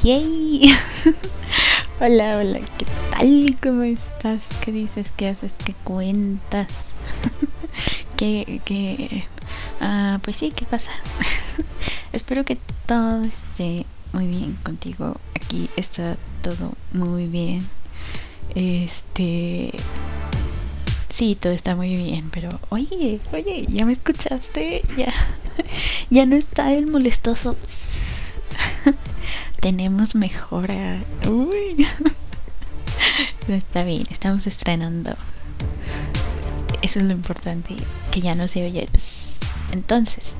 Yay. Hola, hola, ¿qué tal? ¿Cómo estás? ¿Qué dices? ¿Qué haces? ¿Qué cuentas? Pues sí, ¿qué pasa? Espero que todo esté muy bien contigo. Aquí está todo muy bien. Sí, todo está muy bien, pero oye, ¿ya me escuchaste? Ya no está el molestoso. Tenemos mejora. Uy. Está bien, estamos estrenando. Eso es lo importante, que ya no se oye. Entonces,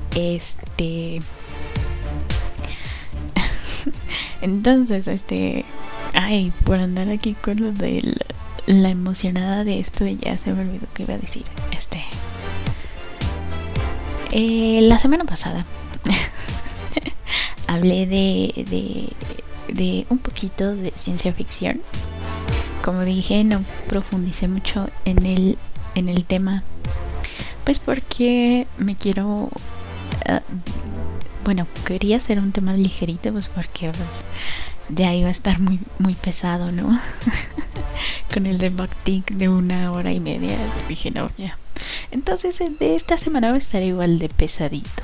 ay, por andar aquí con lo de la emocionada de esto, ya se me olvidó que iba a decir. La semana pasada hablé de un poquito de ciencia ficción. Como dije, no profundicé mucho en el tema, pues porque me quiero quería hacer un tema ligerito, pues porque ya iba a estar muy, muy pesado, ¿no? Con el de Backtick de 1 hora y media, dije no, ya. Entonces de esta semana va a estar igual de pesadito.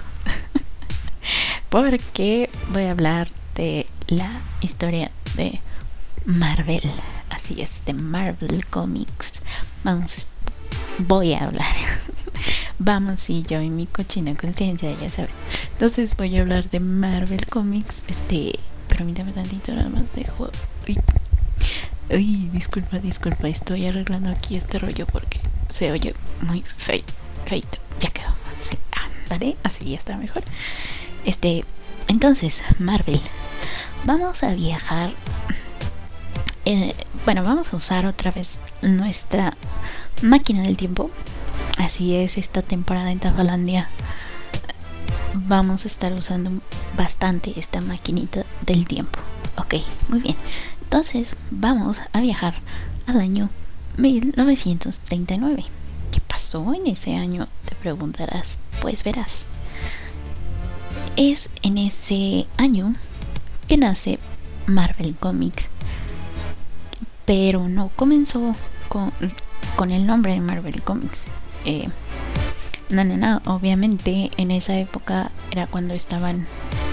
Porque voy a hablar de la historia de Marvel. Así es, de Marvel Comics. Voy a hablar. Vamos, y yo y mi cochina conciencia, ya sabes. Entonces voy a hablar de Marvel Comics. Permítame tantito, nada más dejo. Ay, disculpa, estoy arreglando aquí este rollo porque se oye muy feito. Ya quedó. Sí, ándale, así ya está mejor. Entonces, Marvel. Vamos a viajar. Vamos a usar otra vez nuestra máquina del tiempo. Así es, esta temporada en Tafalandia vamos a estar usando bastante esta maquinita del tiempo. Ok, muy bien. Entonces vamos a viajar al año 1939. ¿Qué pasó en ese año? Te preguntarás. Pues verás. Es en ese año que nace Marvel Comics. Pero no comenzó con el nombre de Marvel Comics. No, obviamente en esa época era cuando estaban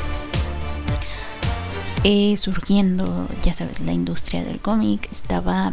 surgiendo, ya sabes, la industria del cómic. Estaba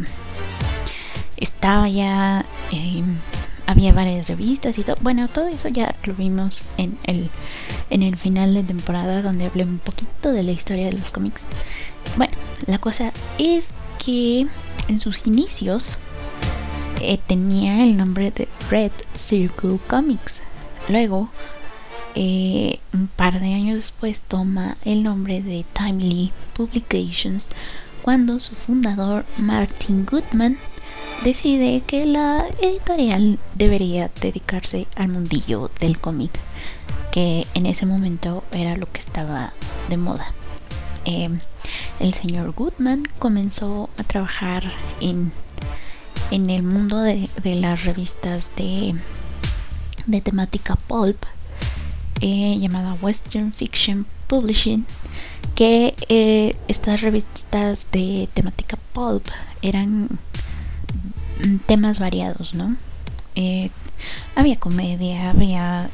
ya, había varias revistas y todo. Bueno, todo eso ya lo vimos en el final de temporada, donde hablé un poquito de la historia de los cómics. Bueno, la cosa es que en sus inicios tenía el nombre de Red Circle Comics. Luego, un par de años después, toma el nombre de Timely Publications, cuando su fundador Martin Goodman decide que la editorial debería dedicarse al mundillo del cómic, que en ese momento era lo que estaba de moda. El señor Goodman comenzó a trabajar en el mundo de las revistas de temática pulp, llamada Western Fiction Publishing, que estas revistas de temática pulp eran temas variados, ¿no? Había comedia, había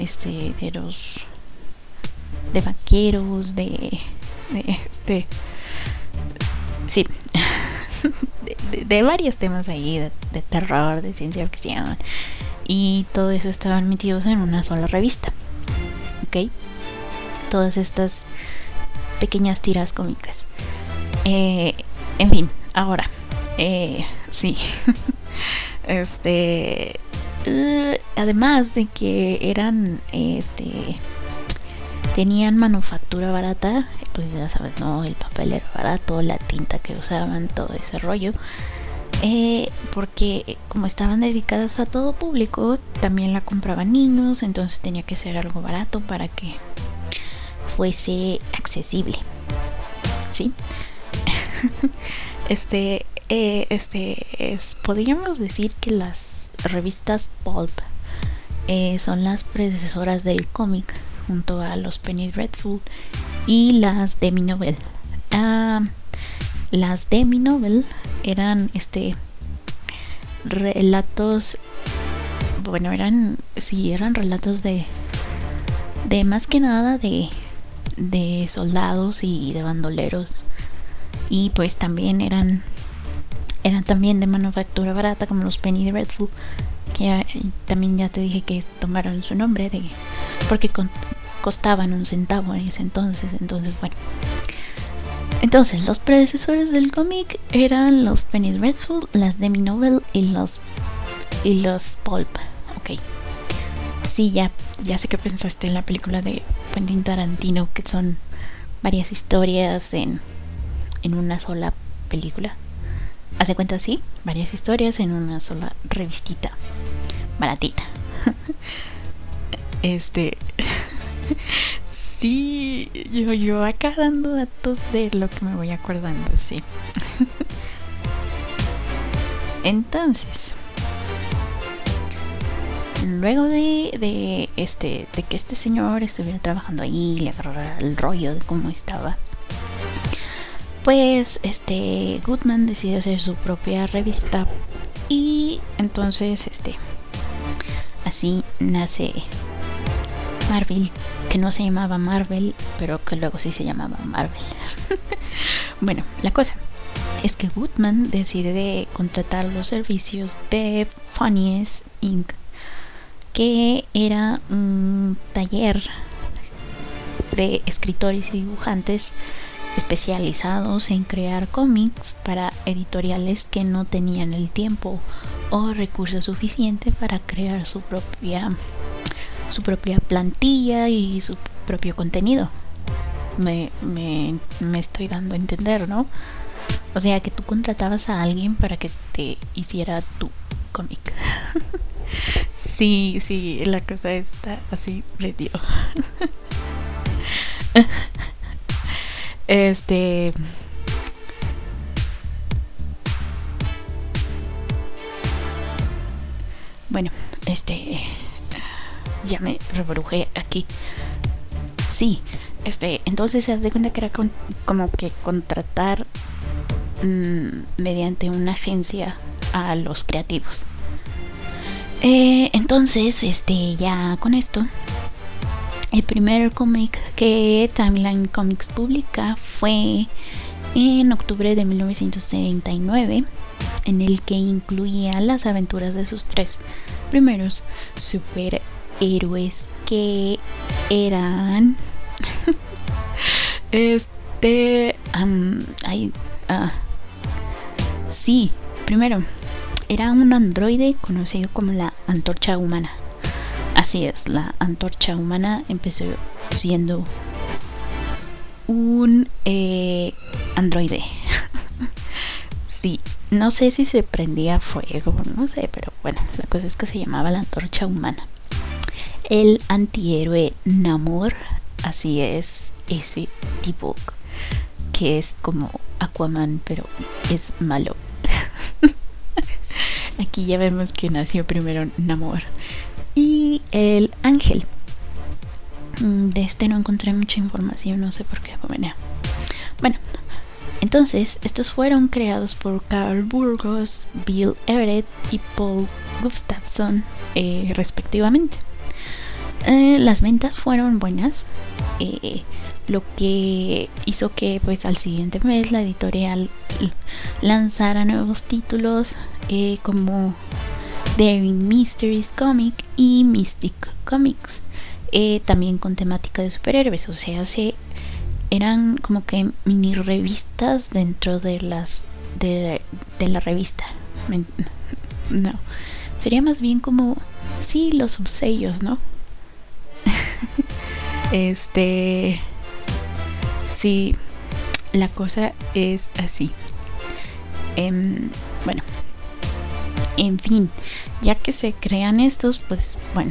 de vaqueros, sí, de varios temas ahí, de terror, de ciencia ficción, y todo eso estaban metidos en una sola revista. Ok, todas estas pequeñas tiras cómicas. En fin, ahora sí. Además de que eran tenían manufactura barata, pues ya sabes, ¿no? El papel era barato, la tinta que usaban, todo ese rollo. Porque como estaban dedicadas a todo público, también la compraban niños, entonces tenía que ser algo barato para que fuese accesible. ¿Sí? Podríamos decir que las revistas pulp son las predecesoras del cómic, junto a los Penny Dreadful y las Demi Novel. Las demi-novel eran relatos, bueno, eran relatos de más que nada de soldados y de bandoleros, y pues también eran también de manufactura barata, como los Penny Dreadful, que también ya te dije que tomaron su nombre porque costaban un centavo en ese entonces. Entonces los predecesores del cómic eran los Penny Dreadful, las demi-novel y los pulp. Ok, sí, ya sé que pensaste en la película de Quentin Tarantino, que son varias historias en una sola película. Hace cuenta, sí, varias historias en una sola revistita baratita. Sí, yo acá dando datos de lo que me voy acordando, sí. Entonces, luego de que este señor estuviera trabajando ahí, le agarrara el rollo de cómo estaba, pues Goodman decidió hacer su propia revista, y entonces así nace Marvel, que no se llamaba Marvel, pero que luego sí se llamaba Marvel. Bueno, la cosa es que Goodman decide contratar los servicios de Funnies Inc., que era un taller de escritores y dibujantes especializados en crear cómics para editoriales que no tenían el tiempo o recursos suficientes para crear su propia plantilla y su propio contenido. Me estoy dando a entender, ¿no? O sea, que tú contratabas a alguien para que te hiciera tu cómic. Sí, la cosa está así de Dios. Bueno, ya me rebrujé aquí. Sí, entonces se hace cuenta que era como que contratar mediante una agencia a los creativos. Entonces, ya con esto, el primer cómic que Timeline Comics publica fue en octubre de 1939, en el que incluía las aventuras de sus 3 primeros superhéroes, que eran sí, primero era un androide conocido como la Antorcha Humana. Así es, la Antorcha Humana empezó siendo un androide. Sí, no sé si se prendía fuego, no sé, pero bueno, la cosa es que se llamaba la Antorcha Humana. El antihéroe Namor, así es, ese tipo que es como Aquaman, pero es malo. Aquí ya vemos que nació primero Namor. Y el ángel. De no encontré mucha información, no sé por qué. Bueno, entonces estos fueron creados por Carl Burgos, Bill Everett y Paul Gustafson, respectivamente. Las ventas fueron buenas, lo que hizo que pues al siguiente mes la editorial lanzara nuevos títulos, como Daring Mysteries Comic y Mystic Comics, también con temática de superhéroes. O sea, eran como que mini revistas dentro de la revista. No, sería más bien como, sí, los subsellos, ¿no? Sí, la cosa es así. Bueno, en fin, ya que se crean estos, pues bueno,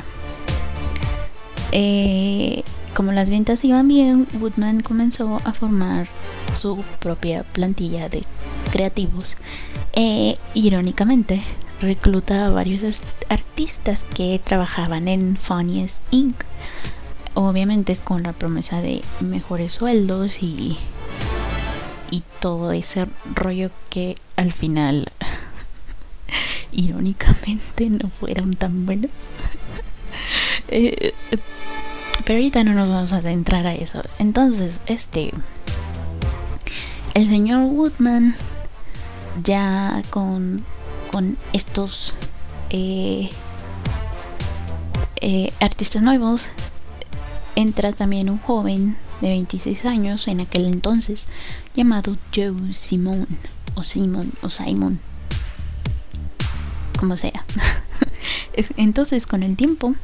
como las ventas iban bien, Woodman comenzó a formar su propia plantilla de creativos. Irónicamente, recluta a varios artistas que trabajaban en Funnies Inc., obviamente con la promesa de mejores sueldos y todo ese rollo que al final irónicamente no fueron tan buenos. Pero ahorita no nos vamos a adentrar a eso. Entonces, el señor Woodman, ya con estos artistas nuevos, entra también un joven de 26 años en aquel entonces, llamado Joe Simon, o Simon, como sea. Entonces, con el tiempo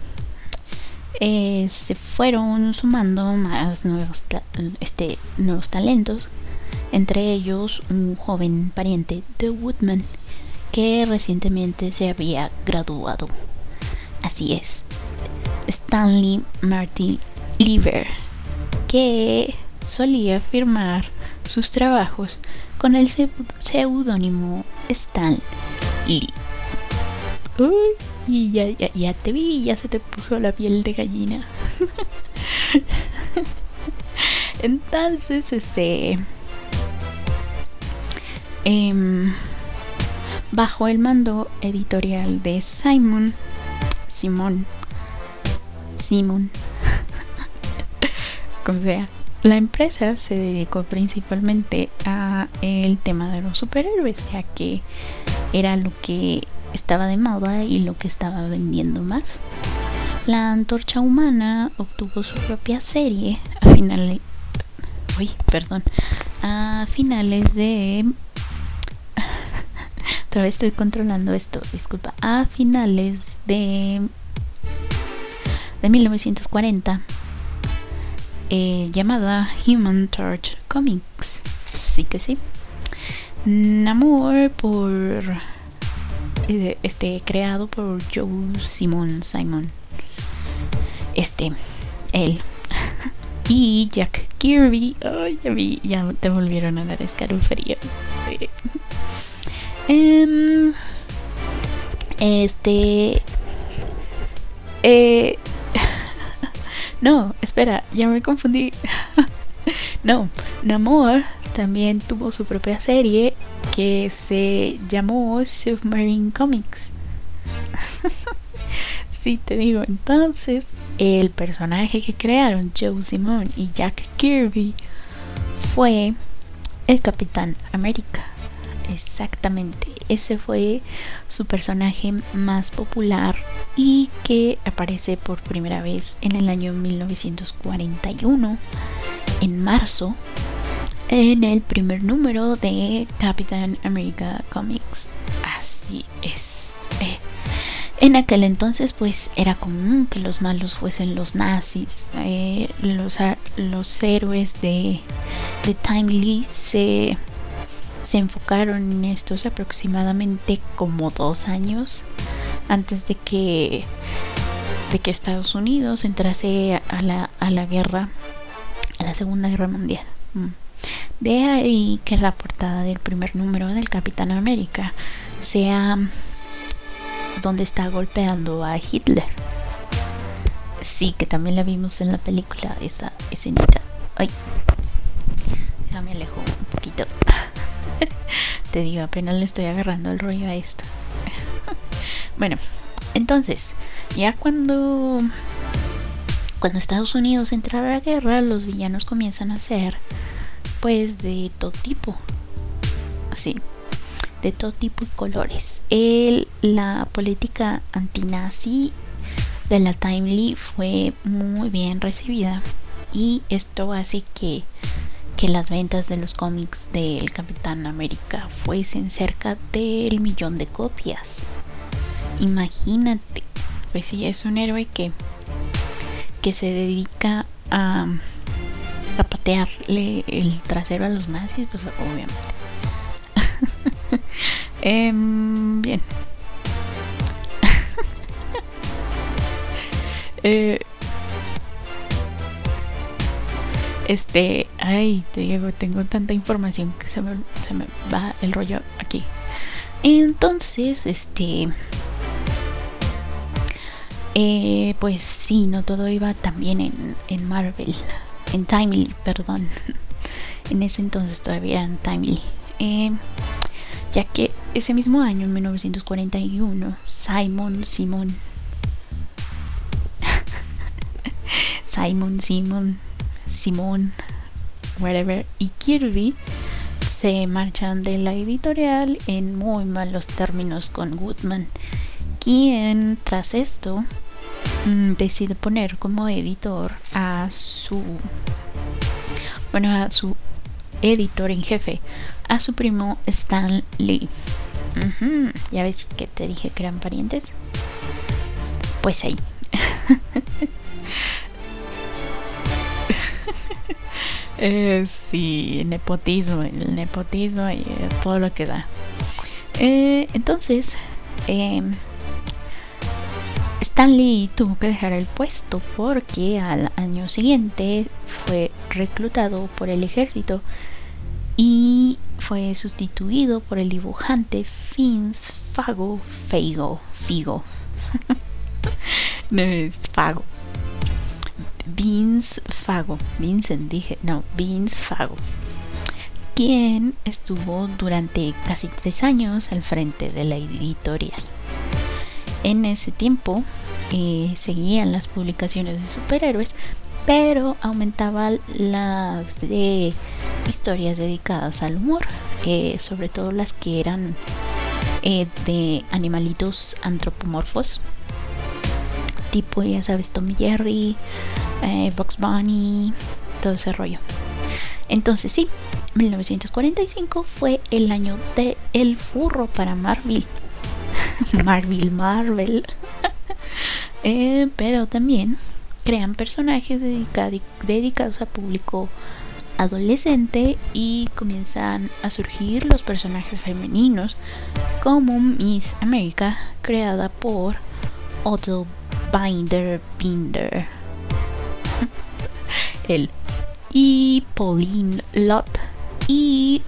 se fueron sumando más nuevos talentos, entre ellos un joven pariente de Woodman que recientemente se había graduado. Así es, Stanley Martin Lieber, que solía firmar sus trabajos con el seudónimo Stan Lee. Y ya te vi, ya se te puso la piel de gallina. Entonces, bajo el mando editorial de Simon, como sea, la empresa se dedicó principalmente a el tema de los superhéroes, ya que era lo que estaba de moda y lo que estaba vendiendo más. La Antorcha Humana obtuvo su propia serie a finales de otra vez estoy controlando esto, disculpa, a finales de 1940, llamada Human Torch Comics. Sí que sí. Namor creado por Joe Simon, él y Jack Kirby. Ya te volvieron a dar escalofríos. No, espera, ya me confundí. No, Namor también tuvo su propia serie que se llamó Submarine Comics. Sí, te digo. Entonces, el personaje que crearon Joe Simon y Jack Kirby fue el Capitán América. Exactamente, ese fue su personaje más popular y que aparece por primera vez en el año 1941, en marzo, en el primer número de Capitán America Comics. Así es. En aquel entonces pues era común que los malos fuesen los nazis. Los héroes de Timely se enfocaron en estos aproximadamente como 2 años antes de que Estados Unidos entrase a la guerra, a la Segunda Guerra Mundial. De ahí que la portada del primer número del Capitán América sea donde está golpeando a Hitler. Sí, que también la vimos en la película, esa escenita. Ay, ya me alejo un poquito. Te digo, apenas le estoy agarrando el rollo a esto. Bueno, entonces, ya cuando Estados Unidos entra a la guerra, los villanos comienzan a ser pues de todo tipo. Sí, de todo tipo y colores. La política antinazi de la Timely fue muy bien recibida, y esto hace que las ventas de los cómics del Capitán América fuesen cerca del 1,000,000 de copias. Imagínate, pues sí, es un héroe que se dedica a patearle el trasero a los nazis, pues obviamente. Bien. Te digo, tengo tanta información que se me va el rollo aquí. Entonces, pues sí, no todo iba tan bien en Marvel, en Timely, perdón. En ese entonces todavía eran Timely. Ya que ese mismo año, en 1941, Simon, whatever, y Kirby se marchan de la editorial en muy malos términos con Goodman, quien tras esto decide poner como editor a su editor en jefe, a su primo Stan Lee. ¿Ya ves que te dije que eran parientes? Pues ahí. Sí, el nepotismo y todo lo que da. Entonces, Stan Lee tuvo que dejar el puesto porque al año siguiente fue reclutado por el ejército y fue sustituido por el dibujante Vince Figo. No es Fago. Vince Fago, quien estuvo durante casi 3 años al frente de la editorial. En ese tiempo seguían las publicaciones de superhéroes, pero aumentaban las de historias dedicadas al humor, sobre todo las que eran de animalitos antropomorfos, tipo, ya sabes, Tom y Jerry, Bugs Bunny, todo ese rollo. Entonces sí, 1945 fue el año de el furro para Marvel. Marvel. Pero también crean personajes dedicados a público adolescente y comienzan a surgir los personajes femeninos como Miss America, creada por Otto Binder y Pauline Lott, y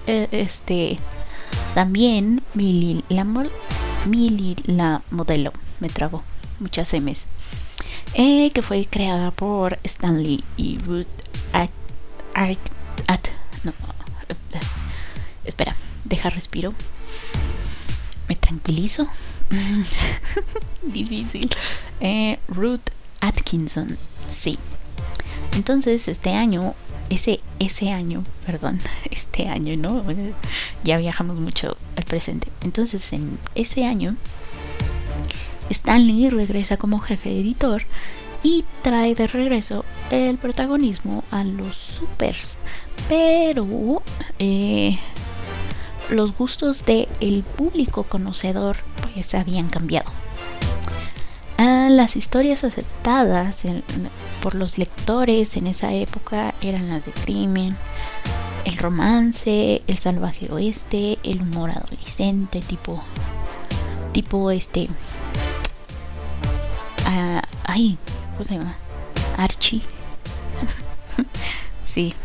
también Millie la modelo, me trabo, muchas M's, que fue creada por Stan Lee y Ruth espera, deja respiro, me tranquilizo. Difícil. Ruth Atkinson, sí. Entonces este año, ¿no? Ya viajamos mucho al presente. Entonces en ese año Stan Lee regresa como jefe editor y trae de regreso el protagonismo a los supers, pero los gustos del público conocedor pues habían cambiado. Las historias aceptadas por los lectores en esa época eran las de crimen, el romance, el salvaje oeste, el humor adolescente, tipo ¿cómo se llama? Archie. Sí,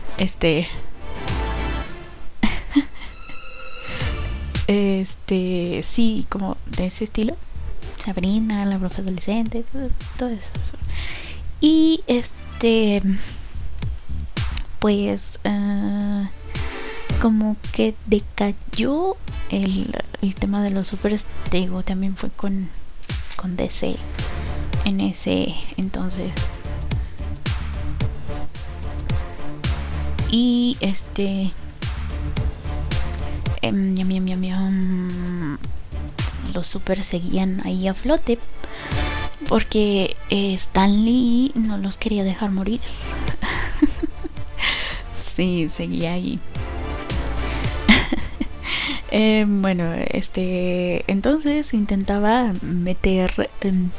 sí, como de ese estilo. Sabrina, la bruja adolescente, todo eso. Y pues como que decayó el tema de los supers. Digo, también fue con DC en ese entonces. Y los supers seguían ahí a flote porque Stan Lee no los quería dejar morir. Sí, seguía ahí. Bueno, entonces intentaba meter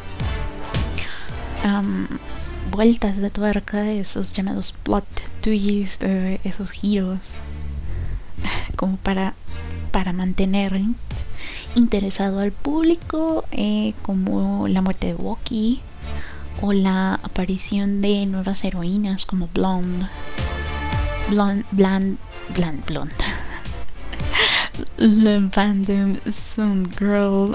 vueltas de tuerca, esos llamados plot twists, esos giros, como para mantener interesado al público, como la muerte de Bucky o la aparición de nuevas heroínas como Blonde. La fandom Sun Girl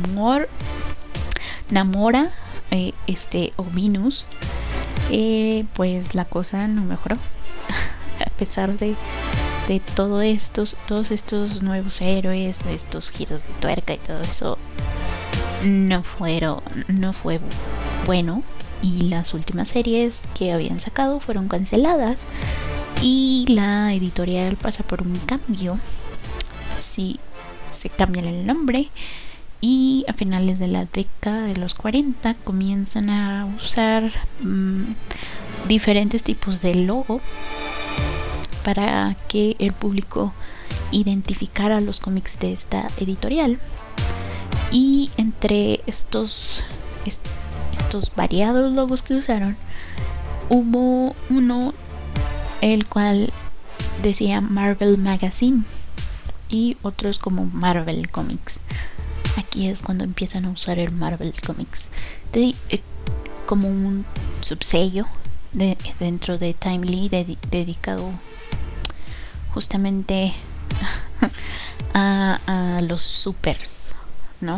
Namora o Venus, pues la cosa no mejoró a pesar de de todos estos nuevos héroes, estos giros de tuerca y todo eso, no fue bueno, y las últimas series que habían sacado fueron canceladas y la editorial pasa por un cambio. Sí, se cambian el nombre y a finales de la década de los 40 comienzan a usar diferentes tipos de logo para que el público identificara los cómics de esta editorial. Y entre estos variados logos que usaron, hubo uno el cual decía Marvel Magazine y otros como Marvel Comics. Aquí es cuando empiezan a usar el Marvel Comics como un subsello dentro de Timely dedicado justamente a los supers, ¿no?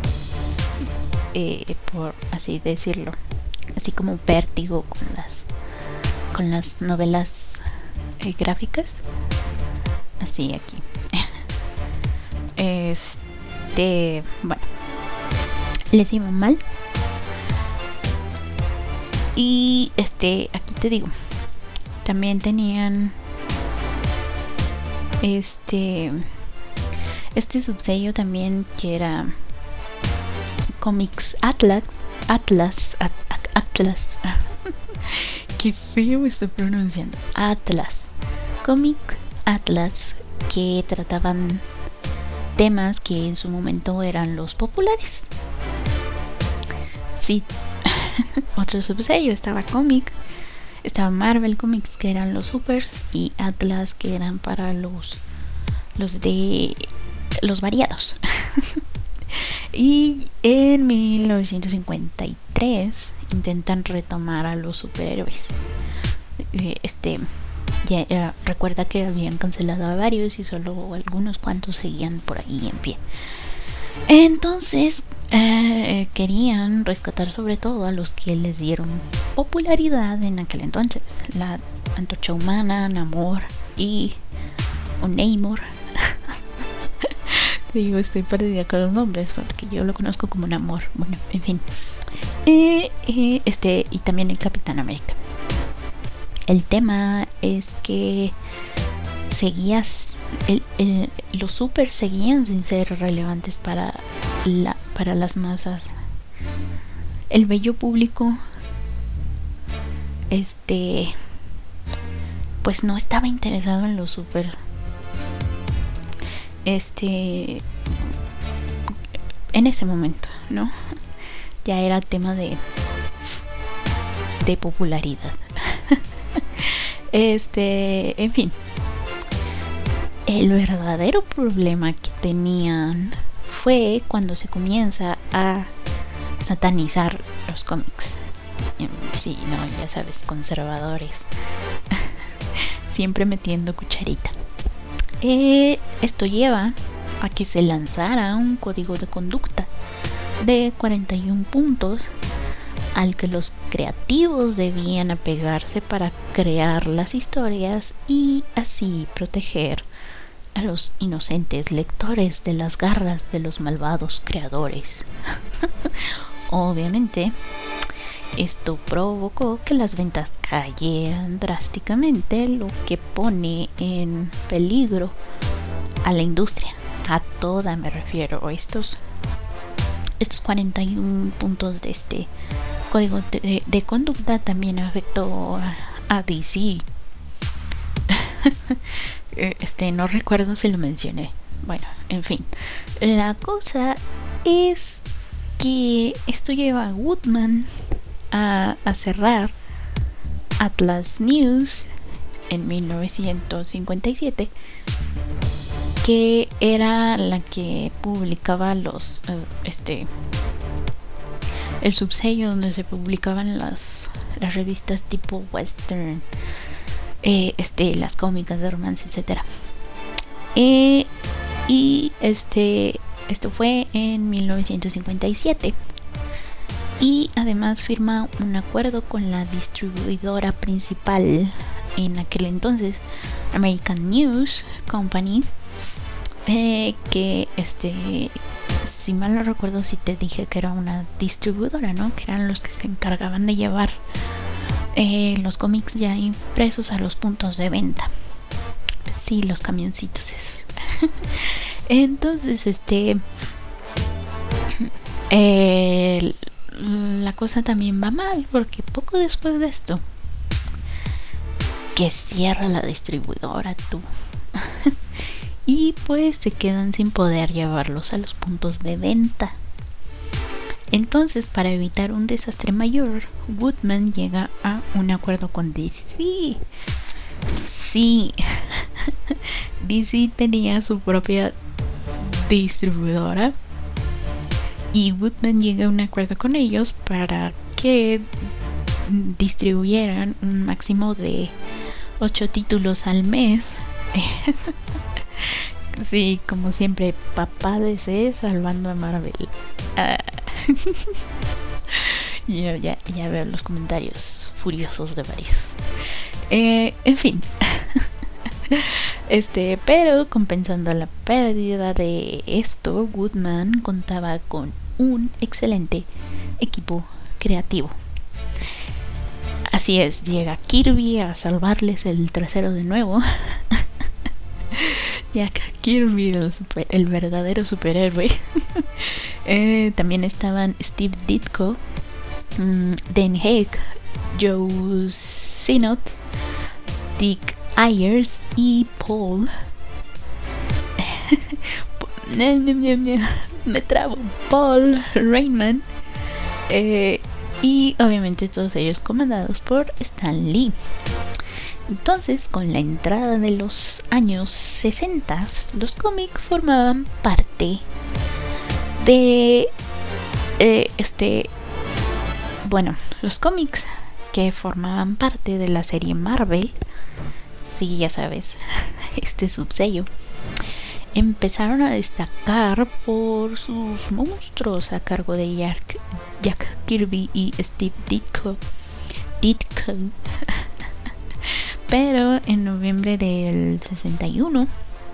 Por así decirlo, así como Vértigo con las novelas gráficas, así aquí. Bueno, les iba mal. Y aquí te digo, también tenían este subsello también, que era Comics Atlas. Qué feo estoy pronunciando. Atlas. Comic Atlas, que trataban temas que en su momento eran los populares. Sí. Otro subsello, estaba Marvel Comics, que eran los supers, y Atlas, que eran para los variados. Y en 1953 intentan retomar a los superhéroes. Recuerda que habían cancelado a varios y solo algunos cuantos seguían por ahí en pie. Entonces querían rescatar sobre todo a los que les dieron popularidad en aquel entonces: la Antorcha Humana, Namor y Namor. Digo, estoy perdida con los nombres porque yo lo conozco como Namor. Bueno, en fin. Y también el Capitán América. El tema es que los super seguían sin ser relevantes para las masas. El bello público pues no estaba interesado en los super. En ese momento, ¿no? Ya era tema de popularidad. En fin, el verdadero problema que tenían fue cuando se comienza a satanizar los cómics. Sí, no, ya sabes, conservadores. Siempre metiendo cucharita. Esto lleva a que se lanzara un código de conducta de 41 puntos al que los creativos debían apegarse para crear las historias y así proteger a los inocentes lectores de las garras de los malvados creadores. Obviamente, esto provocó que las ventas cayeran drásticamente, lo que pone en peligro a la industria, a toda me refiero. Estos 41 puntos de este código de conducta también afectó a DC. No recuerdo si lo mencioné. Bueno, en fin, la cosa es que esto lleva a Woodman a cerrar Atlas News en 1957, que era la que publicaba el subsello donde se publicaban las revistas tipo western, las cómicas de romance, etcétera. Esto fue en 1957. Y además firma un acuerdo con la distribuidora principal en aquel entonces American News Company, que si mal no recuerdo, si te dije que era una distribuidora, ¿no? Que eran los que se encargaban de llevar los cómics ya impresos a los puntos de venta. Sí, los camioncitos esos. Entonces, la cosa también va mal, porque poco después de esto, que cierra la distribuidora, tú. Y pues se quedan sin poder llevarlos a los puntos de venta. Entonces, para evitar un desastre mayor, Woodman llega a un acuerdo con DC. Sí, DC tenía su propia distribuidora y Woodman llega a un acuerdo con ellos para que distribuyeran un máximo de 8 títulos al mes. Sí, como siempre, papá DC salvando a Marvel. Ya veo los comentarios furiosos de varios. En fin. Pero compensando la pérdida de esto, Woodman contaba con un excelente equipo creativo. Así es, llega Kirby a salvarles el trasero de nuevo. Jack Kirby, el verdadero superhéroe. También estaban Steve Ditko, Dan Hake, Joe Sinnott, Dick Ayers y Paul. Me trabo. Paul Raymond. Y obviamente todos ellos comandados por Stan Lee. Entonces, con la entrada de los años 60, los cómics formaban parte de los cómics que formaban parte de la serie Marvel, sí, ya sabes, este subsello, empezaron a destacar por sus monstruos a cargo de Jack Kirby y Steve Ditko. Pero en noviembre del 61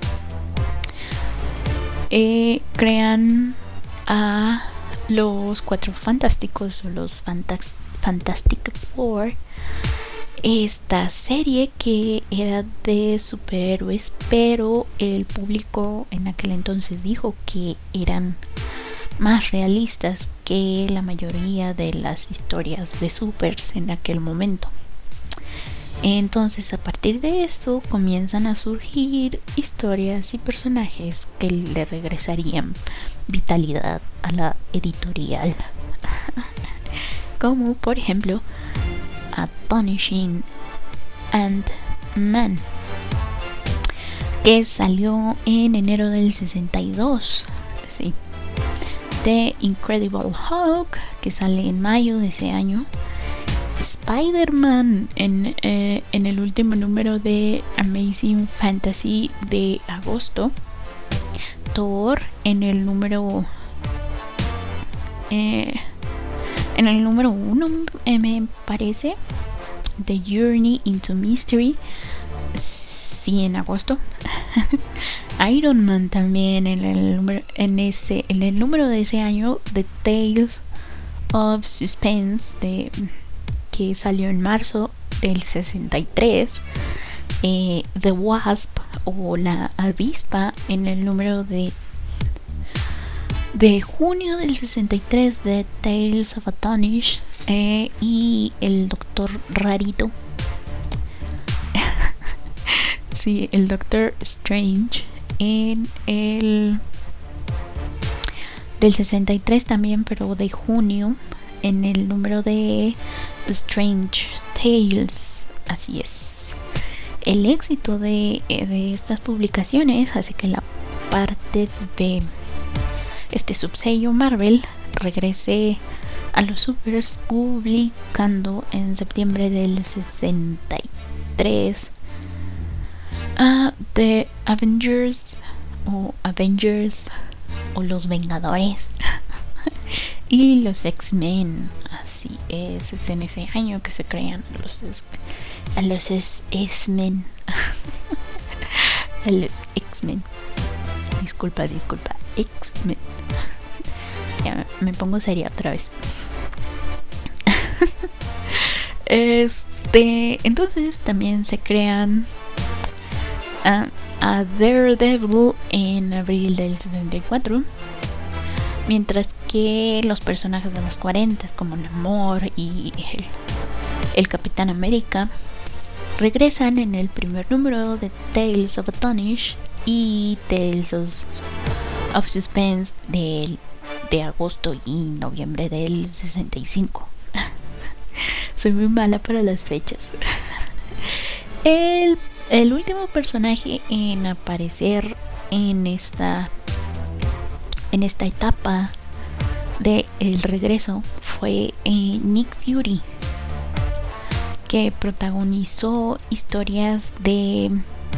crean a los Cuatro Fantásticos, o los Fantastic Four, esta serie que era de superhéroes, pero el público en aquel entonces dijo que eran más realistas que la mayoría de las historias de supers en aquel momento. Entonces, a partir de esto comienzan a surgir historias y personajes que le regresarían vitalidad a la editorial. Como por ejemplo Astonishing Ant-Man, que salió en enero del 62. Sí. The Incredible Hulk, que sale en mayo de ese año. Spider-Man en el último número de Amazing Fantasy de agosto. Thor en el número 1, me parece, The Journey into Mystery, sí, en agosto. Iron Man también en el número de ese año, The Tales of Suspense, que salió en marzo del 63. The Wasp, o la avispa, en el número de junio del 63, de Tales of Astonish, y el Doctor Rarito. Sí, el Doctor Strange en el del 63 también, pero de junio, en el número de Strange Tales. Así es. El éxito de estas publicaciones hace que la parte de este subsello Marvel regrese a los supers, publicando en septiembre del 63 The Avengers o los Vengadores y los X-Men. Sí, es en ese año que se crean a los X-Men. El X-Men. Disculpa, X-Men. Ya me pongo seria otra vez. Entonces también se crean a Daredevil en abril del 64. Mientras que los personajes de los 40 como Namor y el Capitán América regresan en el primer número de Tales of Astonish y Tales of Suspense de agosto y noviembre del 65. Soy muy mala para las fechas. El último personaje en aparecer en esta etapa de el regreso fue Nick Fury, que protagonizó historias de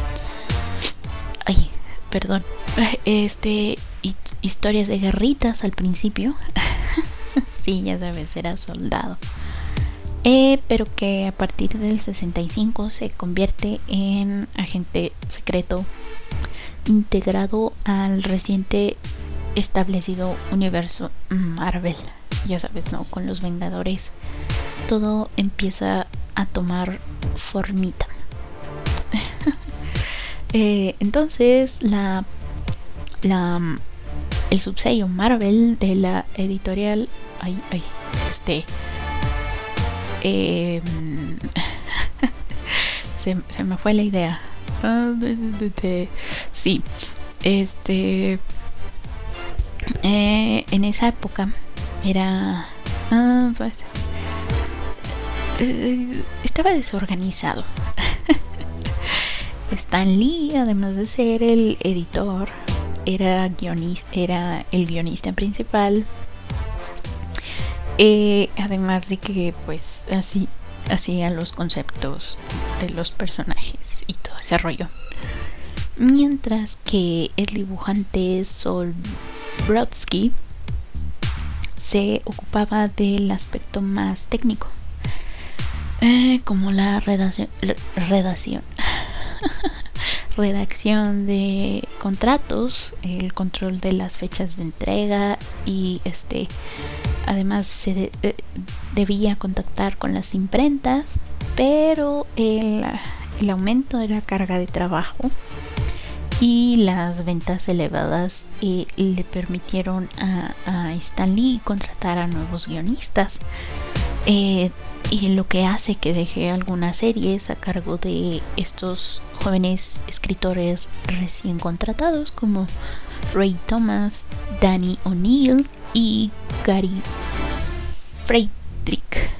historias de guerritas al principio. Sí, ya sabes, era soldado, pero que a partir del 65 se convierte en agente secreto integrado al reciente establecido universo Marvel. Ya sabes, ¿no? Con los Vengadores todo empieza a tomar formita. Entonces el subsello Marvel de la editorial se me fue la idea. Sí, en esa época era estaba desorganizado. Stan Lee, además de ser el editor, era el guionista principal. Además de que pues así hacía los conceptos de los personajes y todo ese rollo. Mientras que el dibujante Sol Brodsky se ocupaba del aspecto más técnico, como la redacción de contratos, el control de las fechas de entrega y además se debía contactar con las imprentas, pero el aumento de la carga de trabajo y las ventas elevadas le permitieron a Stan Lee contratar a nuevos guionistas, y lo que hace que deje algunas series a cargo de estos jóvenes escritores recién contratados como Ray Thomas, Danny O'Neill y Gary Friedrich.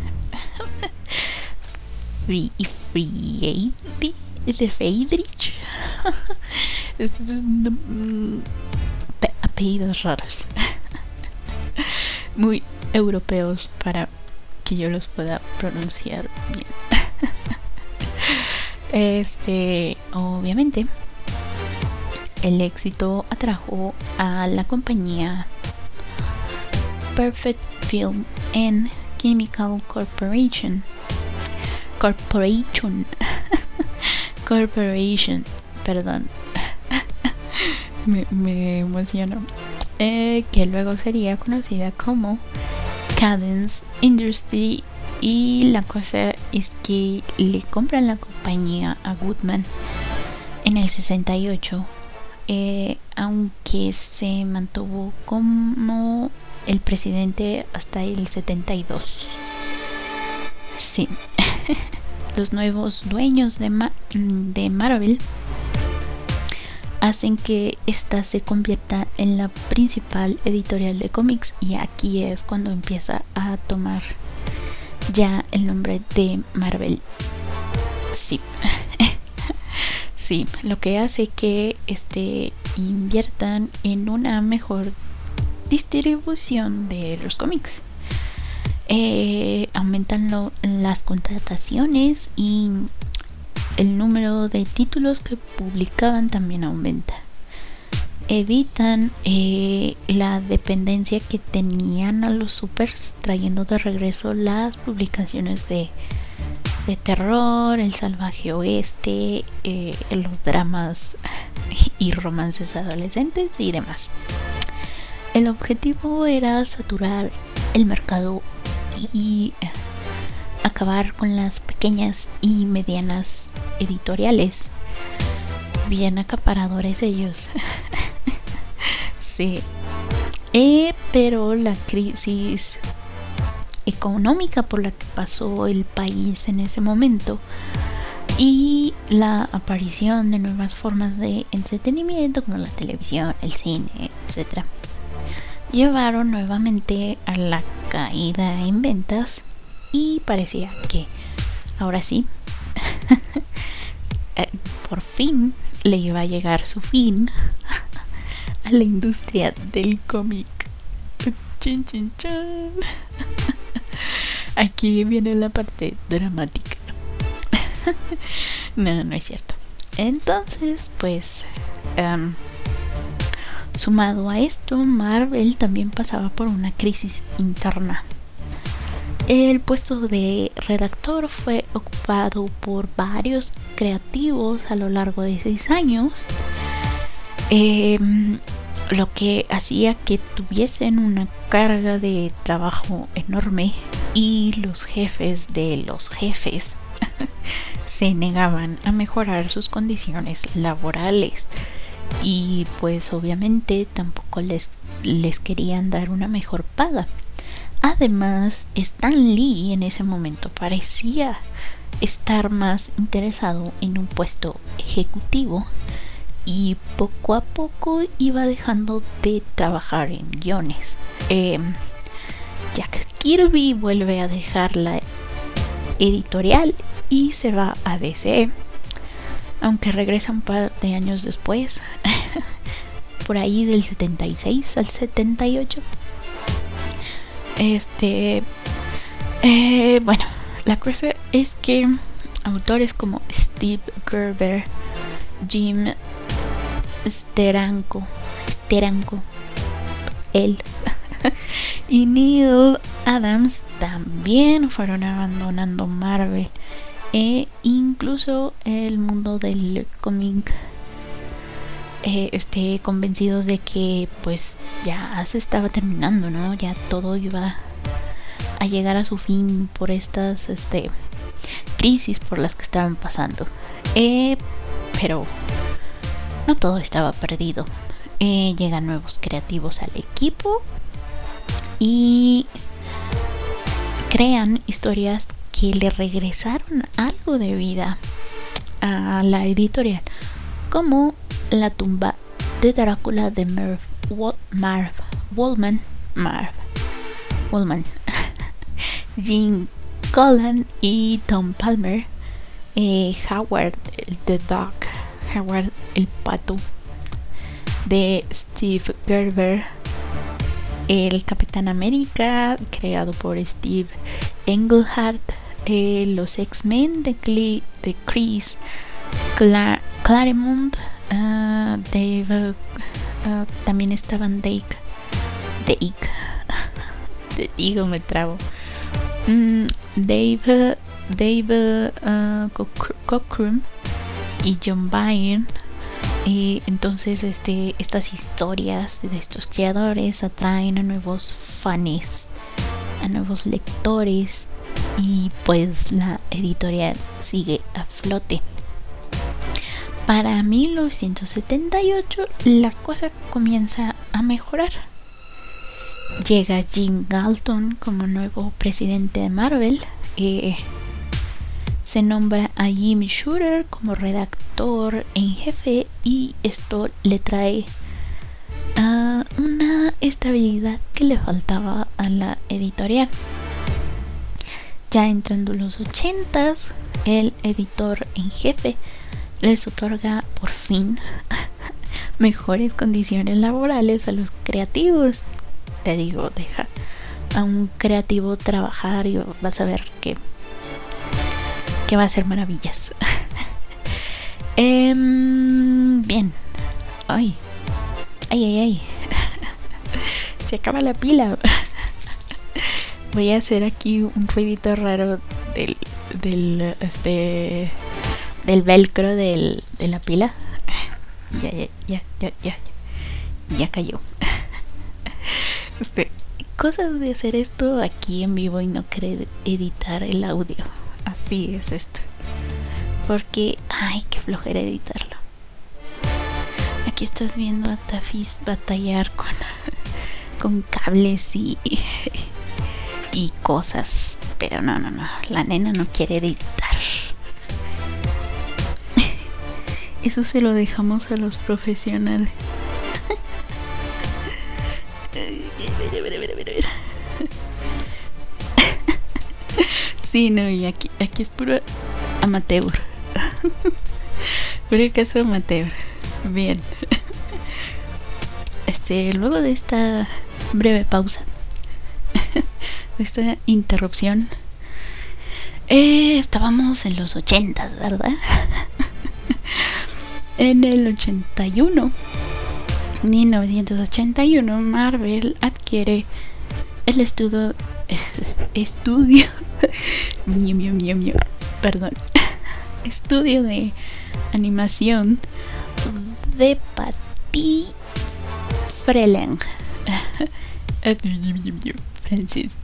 Friedrich. Apellidos raros. Muy europeos para que yo los pueda pronunciar bien. Obviamente el éxito atrajo a la compañía Perfect Film and Chemical Corporation, perdón. me emociono. Que luego sería conocida como Cadence Industry, y la cosa es que le compran la compañía a Goodman en el 68, aunque se mantuvo como el presidente hasta el 72. Sí. Los nuevos dueños de Marvel hacen que esta se convierta en la principal editorial de cómics, y aquí es cuando empieza a tomar ya el nombre de Marvel. Sí. Sí, lo que hace que inviertan en una mejor distribución de los cómics. Aumentan las contrataciones, y el número de títulos que publicaban también aumenta. evitan la dependencia que tenían a los supers, trayendo de regreso las publicaciones de terror, el salvaje oeste, los dramas y romances adolescentes y demás. El objetivo era saturar el mercado y acabar con las pequeñas y medianas editoriales. Bien acaparadores ellos. Sí. Pero la crisis económica por la que pasó el país en ese momento y la aparición de nuevas formas de entretenimiento como la televisión, el cine, etc., llevaron nuevamente a la caída en ventas y parecía que ahora sí por fin le iba a llegar su fin a la industria del cómic. Chin, chin, chin. Aquí viene la parte dramática. No es cierto. Entonces, pues sumado a esto, Marvel también pasaba por una crisis interna. El puesto de redactor fue ocupado por varios creativos a lo largo de 6 años, lo que hacía que tuviesen una carga de trabajo enorme y los jefes de los jefes se negaban a mejorar sus condiciones laborales y pues obviamente tampoco les querían dar una mejor paga. Además, Stan Lee en ese momento parecía estar más interesado en un puesto ejecutivo y poco a poco iba dejando de trabajar en guiones. Jack Kirby vuelve a dejar la editorial y se va a DC, aunque regresa un par de años después, por ahí del 76 al 78. Bueno, la cosa es que autores como Steve Gerber, Jim Steranko, él y Neil Adams también fueron abandonando Marvel e incluso el mundo del cómic, convencidos de que pues ya se estaba terminando, ¿no? Ya todo iba a llegar a su fin por estas crisis por las que estaban pasando. Pero no todo estaba perdido. Llegan nuevos creativos al equipo y crean historias que le regresaron algo de vida a la editorial, como La tumba de Drácula de Marv Wolfman, Gene Colan y Tom Palmer, Howard the Dog, Howard el pato de Steve Gerber, el Capitán América creado por Steve Englehart, los X-Men de Chris Claremont, Dave, también estaban Dave me trabo, Dave Cockrum y John Byrne. Entonces estas historias de estos creadores atraen a nuevos fans, a nuevos lectores, y pues la editorial sigue a flote. Para 1978 la cosa comienza a mejorar. Llega Jim Galton como nuevo presidente de Marvel. Se nombra a Jim Shooter como redactor en jefe y esto le trae una estabilidad que le faltaba a la editorial. Ya entrando los 80s, el editor en jefe les otorga por fin mejores condiciones laborales a los creativos. Te digo, deja a un creativo trabajar y vas a ver que va a hacer maravillas. Bien. Ay, Ay, ay, ay. Se acaba la pila. Voy a hacer aquí un ruidito raro del velcro de la pila. Ya cayó. Cosas de hacer esto aquí en vivo y no querer editar el audio. Así es esto. Porque, ay, qué flojera editarlo. Aquí estás viendo a Tafis batallar con cables y cosas. Pero no. La nena no quiere editar. Eso se lo dejamos a los profesionales. Sí, no, y aquí es puro amateur. Puro caso amateur. Bien. Luego de esta breve pausa, de esta interrupción, estábamos en los 80s, ¿verdad? En el 1981, Marvel adquiere el estudio estudio de animación de Patty Freleng. Francis.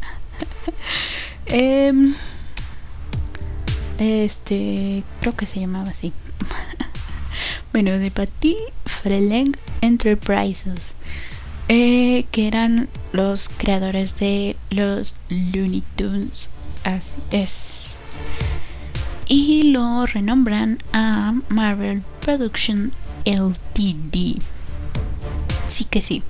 Creo que se llamaba así. Bueno, de Patty Freleng Enterprises, que eran los creadores de los Looney Tunes. Así es. Y lo renombran a Marvel Production Ltd. Sí que sí.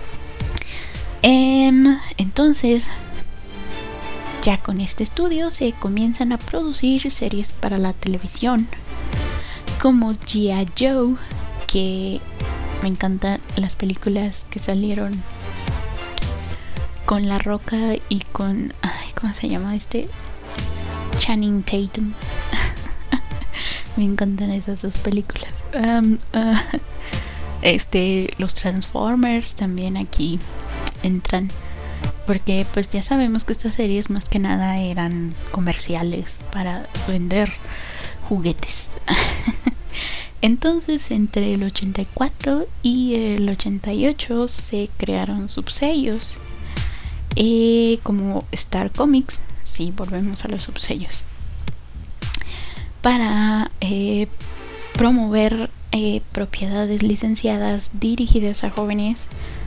Entonces, ya con este estudio se comienzan a producir series para la televisión, como G.I. Joe, que me encantan las películas que salieron con La Roca y con, ¿cómo se llama Channing Tatum. Me encantan esas dos películas. Los Transformers también aquí entran, porque pues ya sabemos que estas series más que nada eran comerciales para vender juguetes. Entonces, entre el 84 y el 88 se crearon subsellos, como Star Comics. Sí, volvemos a los subsellos, para promover propiedades licenciadas dirigidas a jóvenes.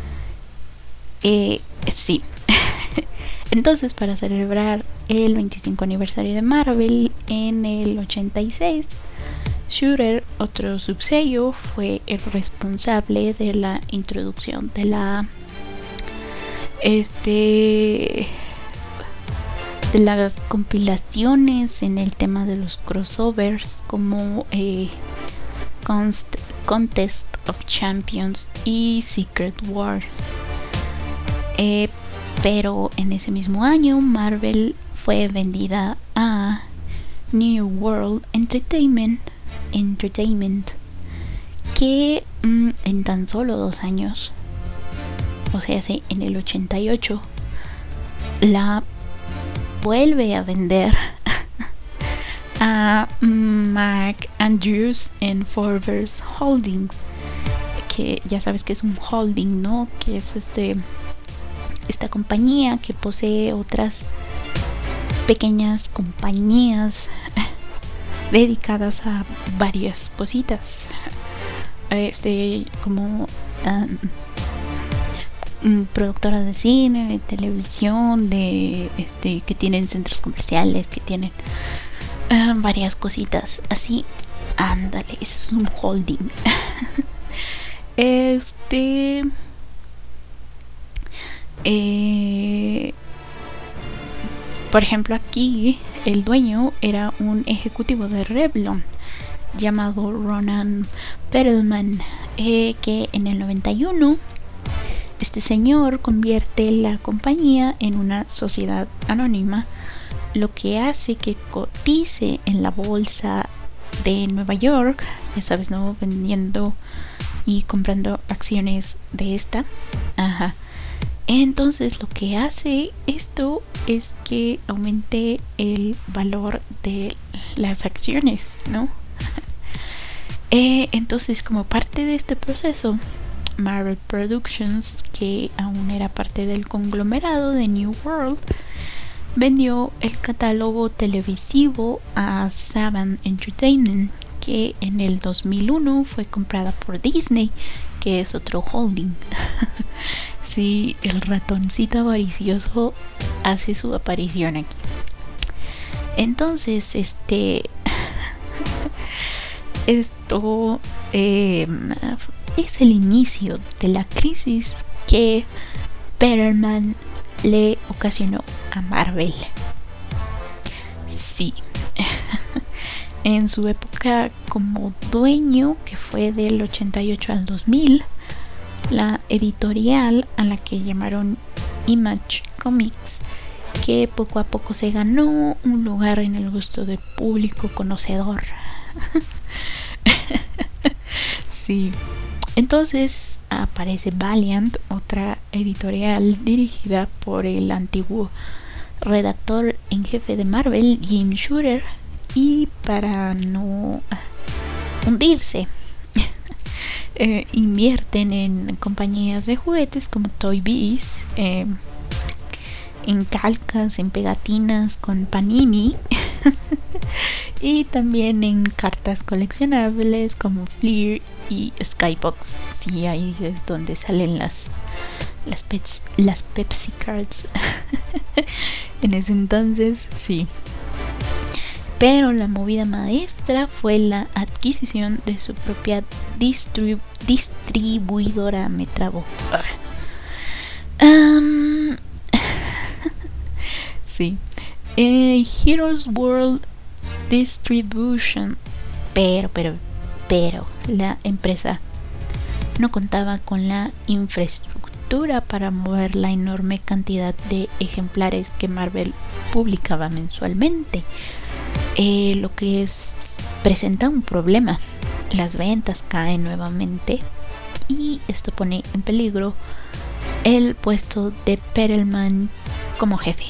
Sí. Entonces, para celebrar el 25 aniversario de Marvel en el 86, Shooter, otro subsello, fue el responsable de la introducción de las compilaciones en el tema de los crossovers, como Contest of Champions y Secret Wars. Pero en ese mismo año Marvel fue vendida a New World Entertainment, que en tan solo 2 años, o sea, en el 88, la vuelve a vender a Mac Andrews and Forbes Holdings, que ya sabes que es un holding, ¿no? Que es esta compañía que posee otras pequeñas compañías dedicadas a varias cositas, como productoras de cine, de televisión, que tienen centros comerciales, que tienen varias cositas así. Ándale, eso es un holding. Por ejemplo, aquí el dueño era un ejecutivo de Revlon llamado Ronan Perelman, que en el 91 este señor convierte la compañía en una sociedad anónima, lo que hace que cotice en la bolsa de Nueva York, ya sabes, ¿no? Vendiendo y comprando acciones de esta. Ajá. Entonces lo que hace esto es que aumente el valor de las acciones, ¿no? Entonces, como parte de este proceso, Marvel Productions, que aún era parte del conglomerado de New World, vendió el catálogo televisivo a Saban Entertainment, que en el 2001 fue comprada por Disney, que es otro holding. Sí, el ratoncito avaricioso hace su aparición aquí. Entonces, esto es el inicio de la crisis que Perelman le ocasionó a Marvel. Sí. En su época como dueño, que fue del 88 al 2000, la editorial, a la que llamaron Image Comics, que poco a poco se ganó un lugar en el gusto del público conocedor. Sí. Entonces aparece Valiant, otra editorial dirigida por el antiguo redactor en jefe de Marvel, Jim Shooter, y para no hundirse, invierten en compañías de juguetes como Toy Biz, en calcas, en pegatinas con Panini y también en cartas coleccionables como Fleer y Skybox. Sí, ahí es donde salen las Pepsi Cards. En ese entonces, sí. Pero la movida maestra fue la adquisición de su propia distribuidora. Me trabo. Sí. Heroes World Distribution. Pero la empresa no contaba con la infraestructura para mover la enorme cantidad de ejemplares que Marvel publicaba mensualmente. Lo que presenta un problema. Las ventas caen nuevamente y esto pone en peligro el puesto de Perelman como jefe.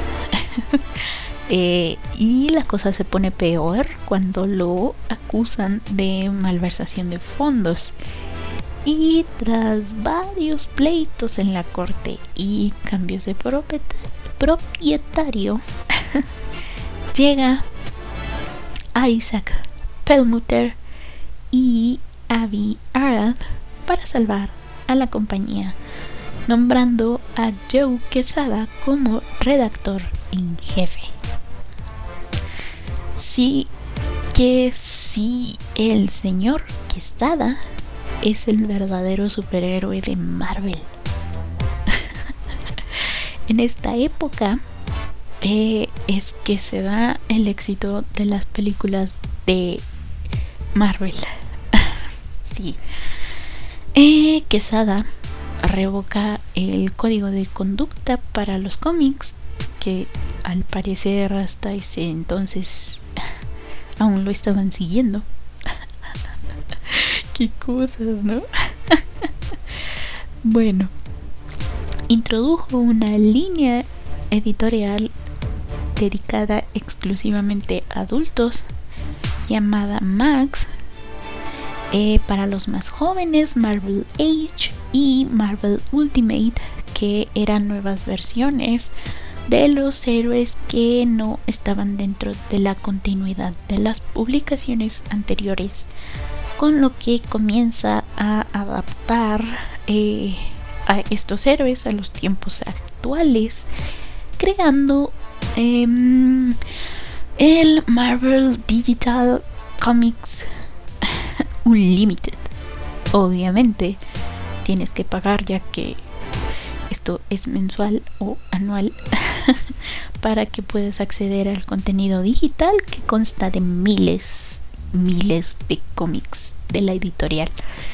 Y la cosa se pone peor cuando lo acusan de malversación de fondos. Y tras varios pleitos en la corte y cambios de propietario, llega Isaac Perlmutter y Avi Arad para salvar a la compañía, nombrando a Joe Quesada como redactor en jefe. Sí, el señor Quesada es el verdadero superhéroe de Marvel. En esta época es que se da el éxito de las películas de Marvel. Sí. Quesada revoca el código de conducta para los cómics, que al parecer hasta ese entonces aún lo estaban siguiendo. Qué cosas, ¿no? Bueno, introdujo una línea editorial dedicada exclusivamente a adultos llamada Max, para los más jóvenes Marvel Age y Marvel Ultimate, que eran nuevas versiones de los héroes que no estaban dentro de la continuidad de las publicaciones anteriores, con lo que comienza a adaptar a estos héroes a los tiempos actuales, creando el Marvel Digital Comics Unlimited. Obviamente tienes que pagar, ya que esto es mensual o anual, para que puedas acceder al contenido digital que consta de miles de cómics de la editorial.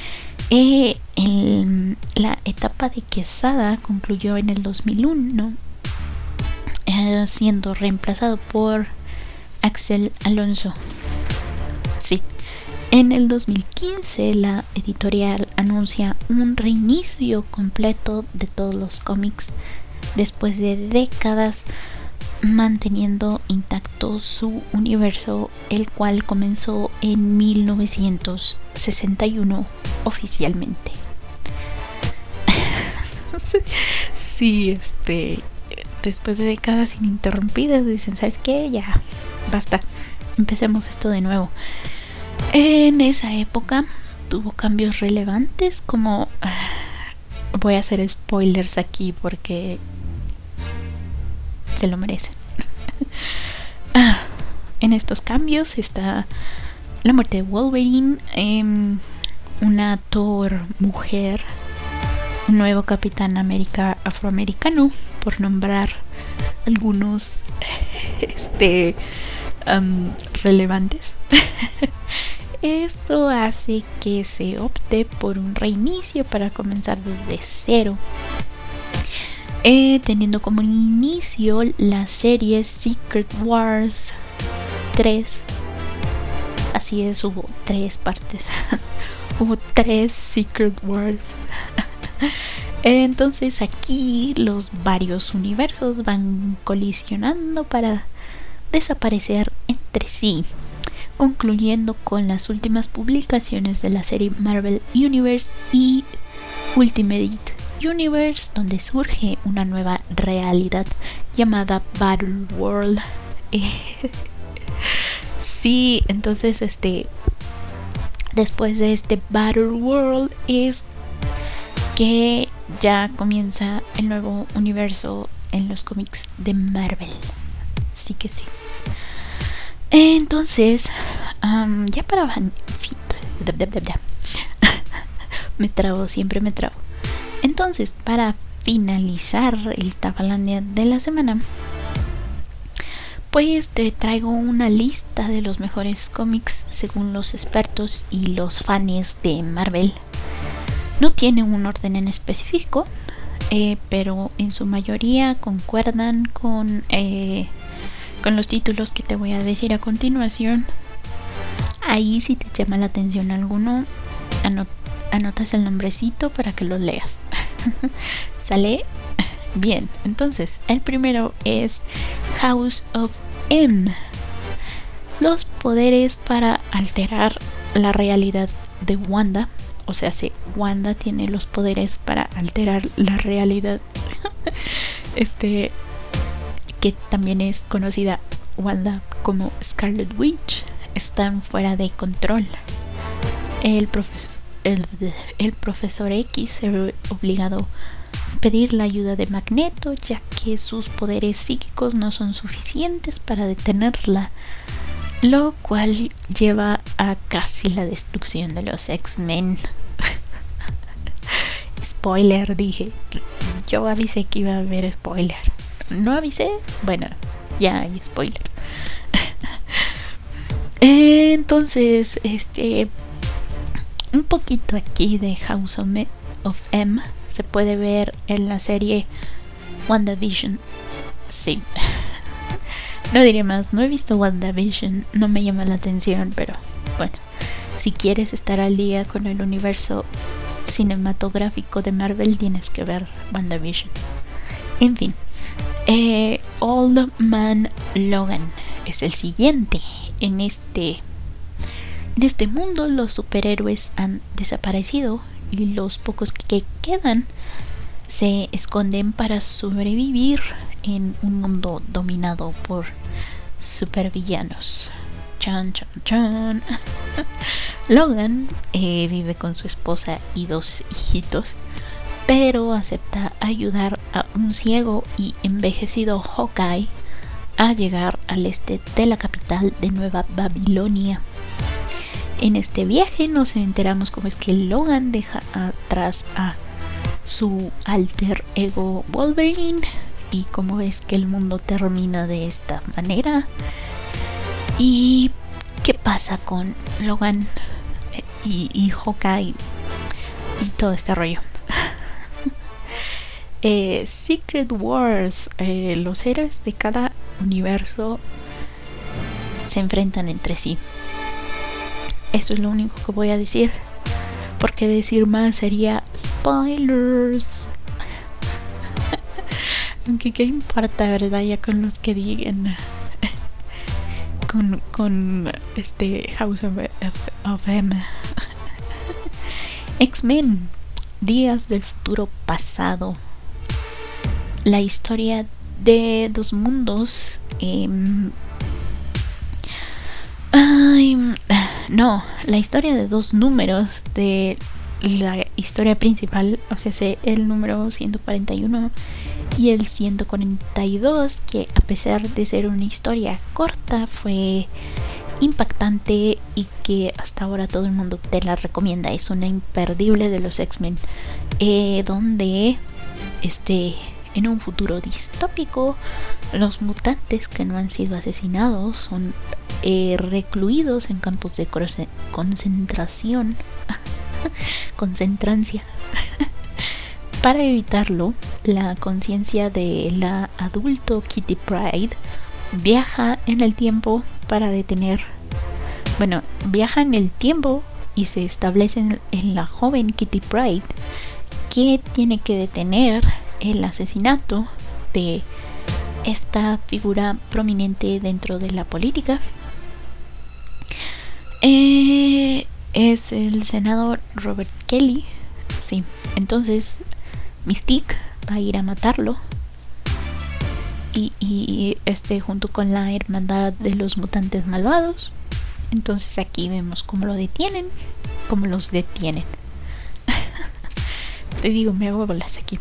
La etapa de Quesada concluyó en el 2001, siendo reemplazado por Axel Alonso. Sí, En el 2015 la editorial anuncia un reinicio completo de todos los cómics después de décadas manteniendo intacto su universo, el cual comenzó en 1961 oficialmente. Sí, después de décadas ininterrumpidas dicen, ¿sabes qué? Ya, basta, empecemos esto de nuevo. En esa época tuvo cambios relevantes como... voy a hacer spoilers aquí porque se lo merecen. En estos cambios está la muerte de Wolverine, una Thor mujer, un nuevo Capitán América afroamericano, por nombrar algunos relevantes. Esto hace que se opte por un reinicio para comenzar desde cero, teniendo como inicio la serie Secret Wars 3. Así es, hubo 3 partes. Hubo 3 Secret Wars. Entonces aquí los varios universos van colisionando para desaparecer entre sí, concluyendo con las últimas publicaciones de la serie Marvel Universe y Ultimate Universe, donde surge una nueva realidad llamada Battle World. Sí, entonces después de este Battle World es que ya comienza el nuevo universo en los cómics de Marvel. Sí que sí. Entonces, ya para... siempre me trabo. Entonces, para finalizar el Tapalandia de la semana, pues te traigo una lista de los mejores cómics según los expertos y los fans de Marvel. No tiene un orden en específico, pero en su mayoría concuerdan con los títulos que te voy a decir a continuación. Ahí si te llama la atención alguno, anotas el nombrecito para que lo leas. ¿Sale? Bien, entonces el primero es House of M. Los poderes para alterar la realidad de Wanda. O sea, si Wanda tiene los poderes para alterar la realidad. Que también es conocida Wanda como Scarlet Witch, están fuera de control. El profesor X se ve obligado a pedir la ayuda de Magneto, ya que sus poderes psíquicos no son suficientes para detenerla, lo cual lleva a casi la destrucción de los X-Men. Spoiler, dije. Yo avisé que iba a haber spoiler. ¿No avisé? Bueno, ya hay spoiler. Entonces, un poquito aquí de House of M se puede ver en la serie WandaVision. Sí. No diré más, no he visto WandaVision, no me llama la atención, pero bueno, si quieres estar al día con el universo cinematográfico de Marvel, tienes que ver WandaVision. En fin, Old Man Logan es el siguiente. En este mundo los superhéroes han desaparecido y los pocos que quedan se esconden para sobrevivir en un mundo dominado por supervillanos. Chan, chan, chan. Logan vive con su esposa y 2 hijitos, pero acepta ayudar a un ciego y envejecido Hawkeye a llegar al este de la capital de Nueva Babilonia. En este viaje nos enteramos cómo es que Logan deja atrás a su alter ego Wolverine y cómo es que el mundo termina de esta manera y qué pasa con Logan y Hawkeye y todo este rollo. Secret Wars, los héroes de cada universo se enfrentan entre sí. Eso es lo único que voy a decir, porque decir más sería spoilers. Aunque qué importa, ¿verdad? Ya con los que digan. Con House of M. X-Men, Días del Futuro Pasado. La historia de dos mundos. La historia de dos números de la historia principal, o sea, el número 141 y el 142, que a pesar de ser una historia corta, fue impactante y que hasta ahora todo el mundo te la recomienda. Es una imperdible de los X-Men, donde en un futuro distópico, los mutantes que no han sido asesinados son recluidos en campos de concentración concentrancia. Para evitarlo, la conciencia de la adulto Kitty Pryde viaja en el tiempo para detener. Viaja en el tiempo y se establece en la joven Kitty Pryde, que tiene que detener el asesinato de esta figura prominente dentro de la política. Es el senador Robert Kelly. Sí, entonces Mystique va a ir a matarlo. Y junto con la hermandad de los mutantes malvados. Entonces aquí vemos cómo los detienen. Te digo, me hago bolas aquí.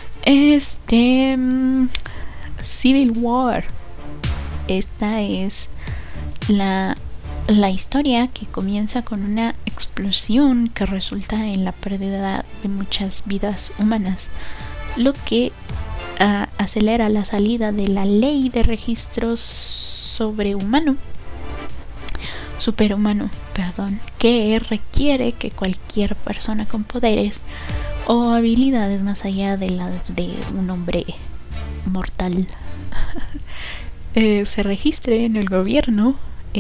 Civil War. Esta es la historia que comienza con una explosión que resulta en la pérdida de muchas vidas humanas, lo que acelera la salida de la ley de registros superhumano, que requiere que cualquier persona con poderes o habilidades más allá de la de un hombre mortal se registre en el gobierno,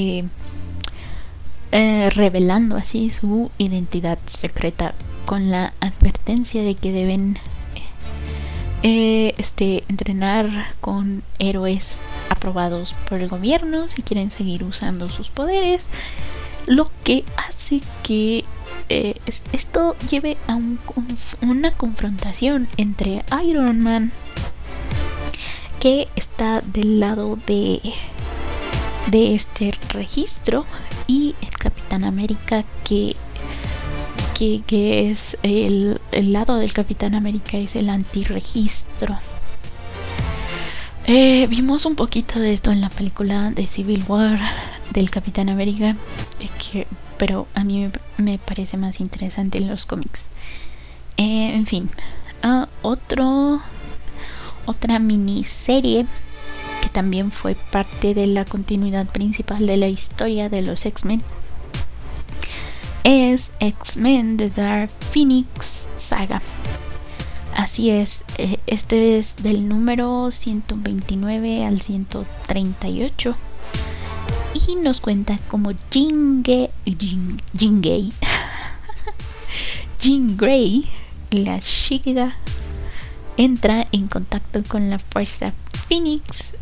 revelando así su identidad secreta, con la advertencia de que deben entrenar con héroes aprobados por el gobierno si quieren seguir usando sus poderes, lo que hace que esto lleve a una confrontación entre Iron Man, que está del lado de este registro, y el Capitán América, que es el lado del Capitán América es el antirregistro. Vimos un poquito de esto en la película de Civil War del Capitán América, pero a mí me parece más interesante en los cómics. En fin, otra miniserie que también fue parte de la continuidad principal de la historia de los X-Men es X-Men The Dark Phoenix Saga. Así es, este es del número 129 al 138 y nos cuenta cómo Jean Grey, la Shigida, entra en contacto con la Fuerza Phoenix,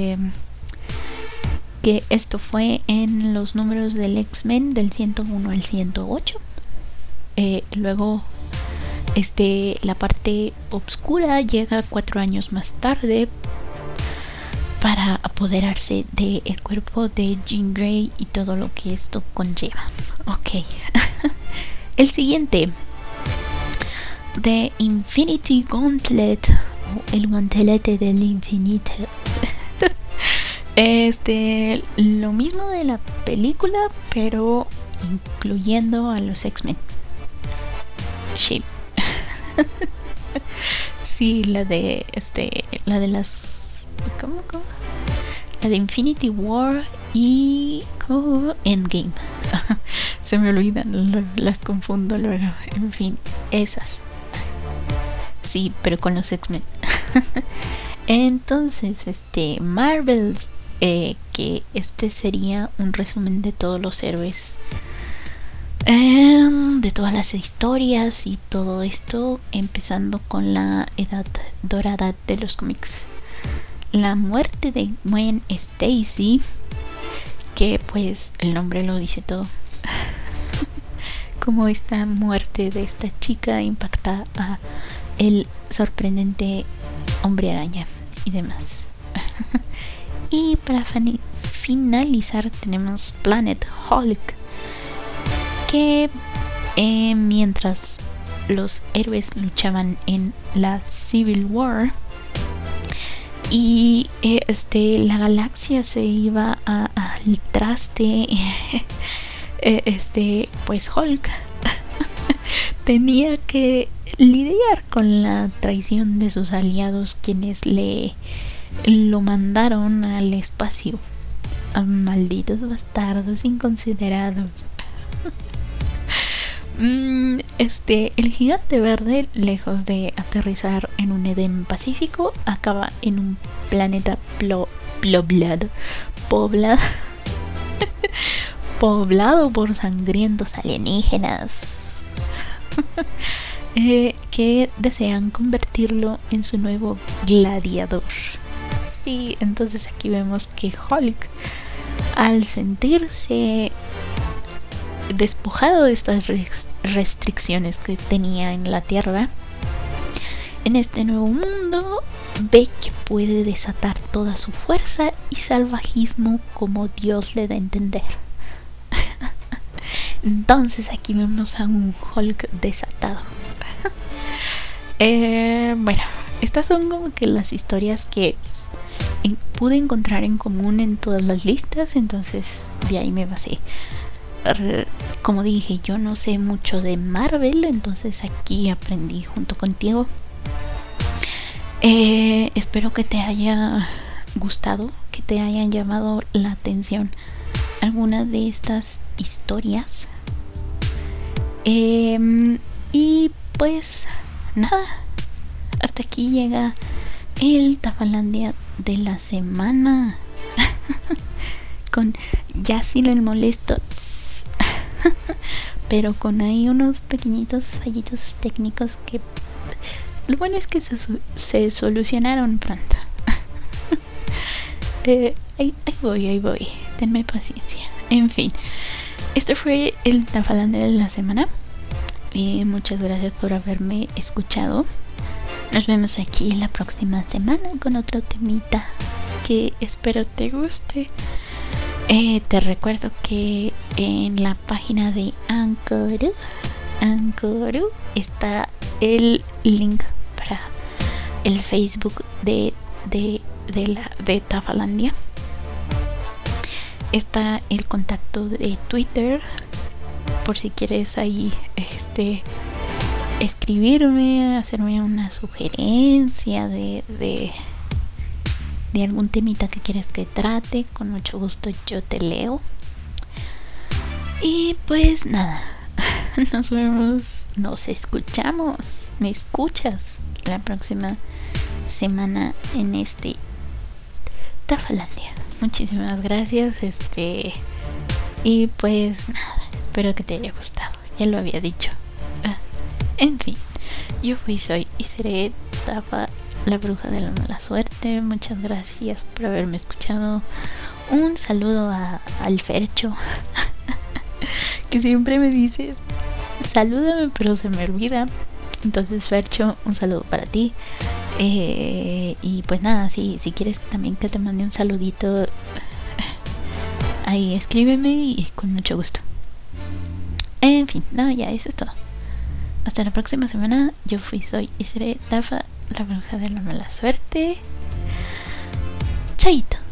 que esto fue en los números del X-Men del 101 al 108. Luego la parte oscura llega 4 años más tarde para apoderarse del cuerpo de Jean Grey y todo lo que esto conlleva. Ok. El siguiente, The Infinity Gauntlet, o el guantelete del infinito. Lo mismo de la película, pero incluyendo a los X-Men. Sí. Sí, la de las ¿cómo? La de Infinity War y Endgame. Se me olvidan, las confundo luego. En fin, esas. Sí, pero con los X-Men. Entonces, Marvels, que sería un resumen de todos los héroes De todas las historias y todo esto, empezando con la edad dorada de los cómics. La muerte de Gwen Stacy, que pues el nombre lo dice todo. Como esta muerte de esta chica impacta a el sorprendente Hombre Araña y demás. Y para finalizar tenemos Planet Hulk, que mientras los héroes luchaban en la Civil War y la galaxia se iba al traste, pues Hulk tenía que lidiar con la traición de sus aliados, quienes lo mandaron al espacio. Malditos bastardos inconsiderados. El gigante verde, lejos de aterrizar en un Edén pacífico, acaba en un planeta poblado por sangrientos alienígenas que desean convertirlo en su nuevo gladiador. Sí, entonces aquí vemos que Hulk, al sentirse despojado de estas restricciones que tenía en la Tierra, en este nuevo mundo ve que puede desatar toda su fuerza y salvajismo como Dios le da a entender. Entonces aquí vemos a un Hulk desatado. Bueno, estas son como que las historias que pude encontrar en común en todas las listas, entonces de ahí me basé. Como dije, yo no sé mucho de Marvel, entonces aquí aprendí junto contigo. Espero que te haya gustado, que te hayan llamado la atención alguna de estas historias. Y pues nada, hasta aquí llega el Tafalandia de la semana. Con ya sin el molesto, pero con ahí unos pequeñitos fallitos técnicos que lo bueno es que se solucionaron pronto. Ahí voy, tenme paciencia. En fin, este fue el Tafalandia de la semana. Muchas gracias por haberme escuchado. Nos vemos aquí la próxima semana con otro temita que espero te guste. Te recuerdo que en la página de Anchor está el link para el Facebook de Tafalandia. Está el contacto de Twitter por si quieres ahí escribirme, hacerme una sugerencia de algún temita que quieres que trate. Con mucho gusto yo te leo. Y pues nada, nos vemos, nos escuchamos, me escuchas la próxima semana en este Tafalandia. Muchísimas gracias. Y pues nada, espero que te haya gustado. Ya lo había dicho. En fin, yo soy y seré Tafa, la bruja de la mala suerte. Muchas gracias por haberme escuchado. Un saludo al Fercho, que siempre me dices salúdame, pero se me olvida. Entonces, Fercho, un saludo para ti. Y pues nada, si quieres también que te mande un saludito, ahí escríbeme y con mucho gusto. En fin, no, ya eso es todo. Hasta la próxima semana. Yo soy y seré Tafa, la bruja de la mala suerte. Chaito.